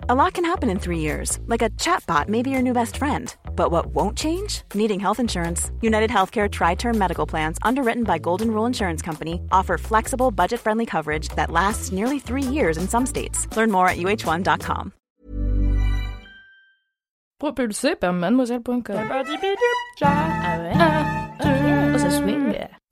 A lot can happen in 3 years, like a chatbot may be your new best friend. But what won't change? Needing health insurance. United Healthcare Tri-Term Medical Plans, underwritten by Golden Rule Insurance Company, offer flexible, budget-friendly coverage that lasts nearly 3 years in some states. Learn more at uh1.com. Propulsé par mademoiselle.com. Ah ouais. Oh, ça swing.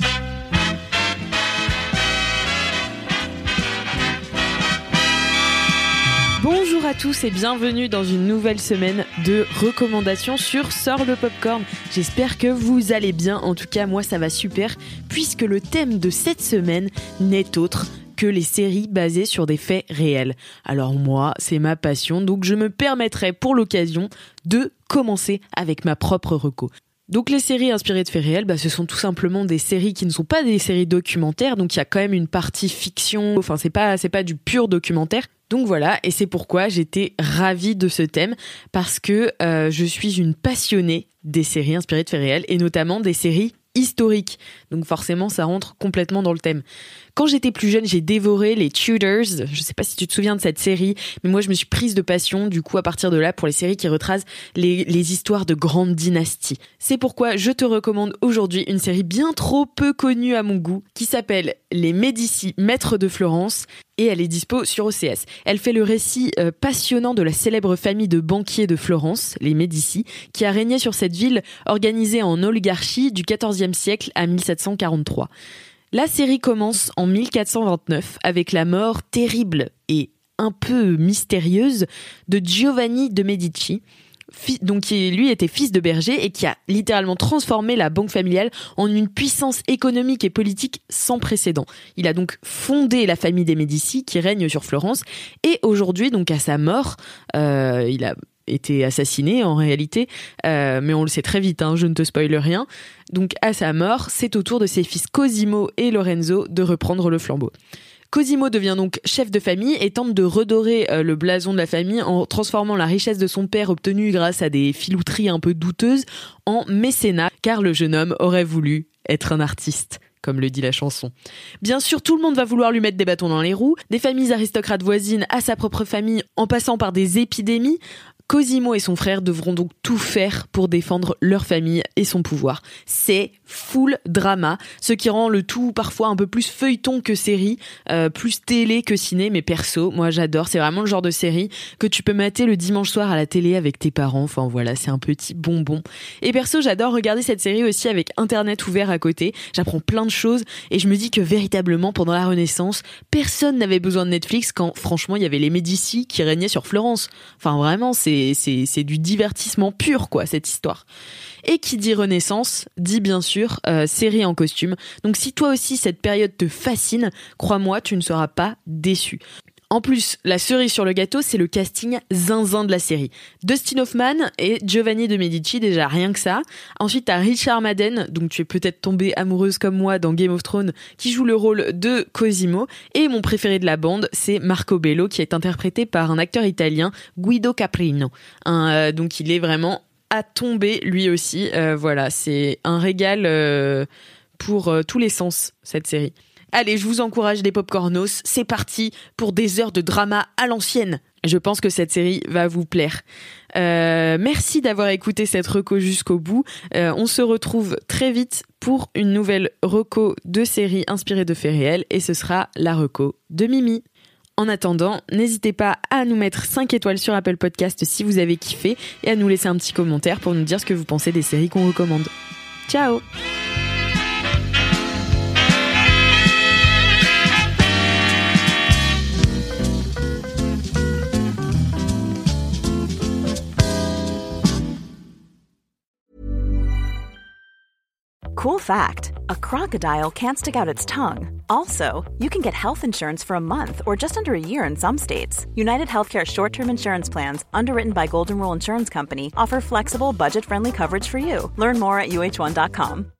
Bonjour à tous et bienvenue dans une nouvelle semaine de recommandations sur Sors le Popcorn. J'espère que vous allez bien, en tout cas moi ça va super, puisque le thème de cette semaine n'est autre que les séries basées sur des faits réels. Alors moi, c'est ma passion, donc je me permettrai pour l'occasion de commencer avec ma propre reco. Donc les séries inspirées de faits réels, ce sont tout simplement des séries qui ne sont pas des séries documentaires, donc il y a quand même une partie fiction, enfin c'est pas du pur documentaire. Donc voilà, et c'est pourquoi j'étais ravie de ce thème, parce que je suis une passionnée des séries inspirées de faits réels, et notamment des séries historiques. Donc forcément, ça rentre complètement dans le thème. Quand j'étais plus jeune, j'ai dévoré les Tudors. Je sais pas si tu te souviens de cette série, mais moi je me suis prise de passion, du coup, à partir de là, pour les séries qui retracent les histoires de grandes dynasties. C'est pourquoi je te recommande aujourd'hui une série bien trop peu connue à mon goût, qui s'appelle Les Médicis, Maîtres de Florence, et elle est dispo sur OCS. Elle fait le récit passionnant de la célèbre famille de banquiers de Florence, les Médicis, qui a régné sur cette ville organisée en oligarchie du XIVe siècle à 1743. La série commence en 1429 avec la mort terrible et un peu mystérieuse de Giovanni de Medici, donc qui lui était fils de berger et qui a littéralement transformé la banque familiale en une puissance économique et politique sans précédent. Il a donc fondé la famille des Médicis qui règne sur Florence, et aujourd'hui, donc à sa mort, il a été assassiné en réalité, mais on le sait très vite, je ne te spoile rien. Donc à sa mort, c'est au tour de ses fils Cosimo et Lorenzo de reprendre le flambeau. Cosimo devient donc chef de famille et tente de redorer le blason de la famille en transformant la richesse de son père obtenue grâce à des filouteries un peu douteuses en mécénat, car le jeune homme aurait voulu être un artiste, comme le dit la chanson. Bien sûr, tout le monde va vouloir lui mettre des bâtons dans les roues, des familles aristocrates voisines à sa propre famille, en passant par des épidémies. Cosimo et son frère devront donc tout faire pour défendre leur famille et son pouvoir. C'est full drama, ce qui rend le tout parfois un peu plus feuilleton que série, plus télé que ciné, mais perso, moi j'adore, c'est vraiment le genre de série que tu peux mater le dimanche soir à la télé avec tes parents, enfin voilà, c'est un petit bonbon. Et perso, j'adore regarder cette série aussi avec Internet ouvert à côté, j'apprends plein de choses et je me dis que véritablement pendant la Renaissance, personne n'avait besoin de Netflix quand franchement il y avait les Médicis qui régnaient sur Florence. Enfin vraiment, c'est du divertissement pur quoi, cette histoire. Et qui dit Renaissance, dit bien sûr série en costume. Donc si toi aussi cette période te fascine, crois-moi, tu ne seras pas déçu. En plus, la cerise sur le gâteau, c'est le casting zinzin de la série. Dustin Hoffman et Giovanni de Medici, déjà rien que ça. Ensuite, t'as Richard Madden, donc tu es peut-être tombée amoureuse comme moi dans Game of Thrones, qui joue le rôle de Cosimo. Et mon préféré de la bande, c'est Marco Bello, qui est interprété par un acteur italien, Guido Caprino. Donc il est vraiment à tomber lui aussi. Voilà, c'est un régal pour tous les sens, cette série. Allez, je vous encourage les popcornos, c'est parti pour des heures de drama à l'ancienne. Je pense que cette série va vous plaire. Merci d'avoir écouté cette reco jusqu'au bout. On se retrouve très vite pour une nouvelle reco de série inspirée de faits réels, et ce sera la reco de Mimi. En attendant, n'hésitez pas à nous mettre 5 étoiles sur Apple Podcast si vous avez kiffé, et à nous laisser un petit commentaire pour nous dire ce que vous pensez des séries qu'on recommande. Ciao! Cool fact, a crocodile can't stick out its tongue. Also, you can get health insurance for a month or just under a year in some states. United Healthcare short-term insurance plans, underwritten by Golden Rule Insurance Company, offer flexible, budget-friendly coverage for you. Learn more at uh1.com.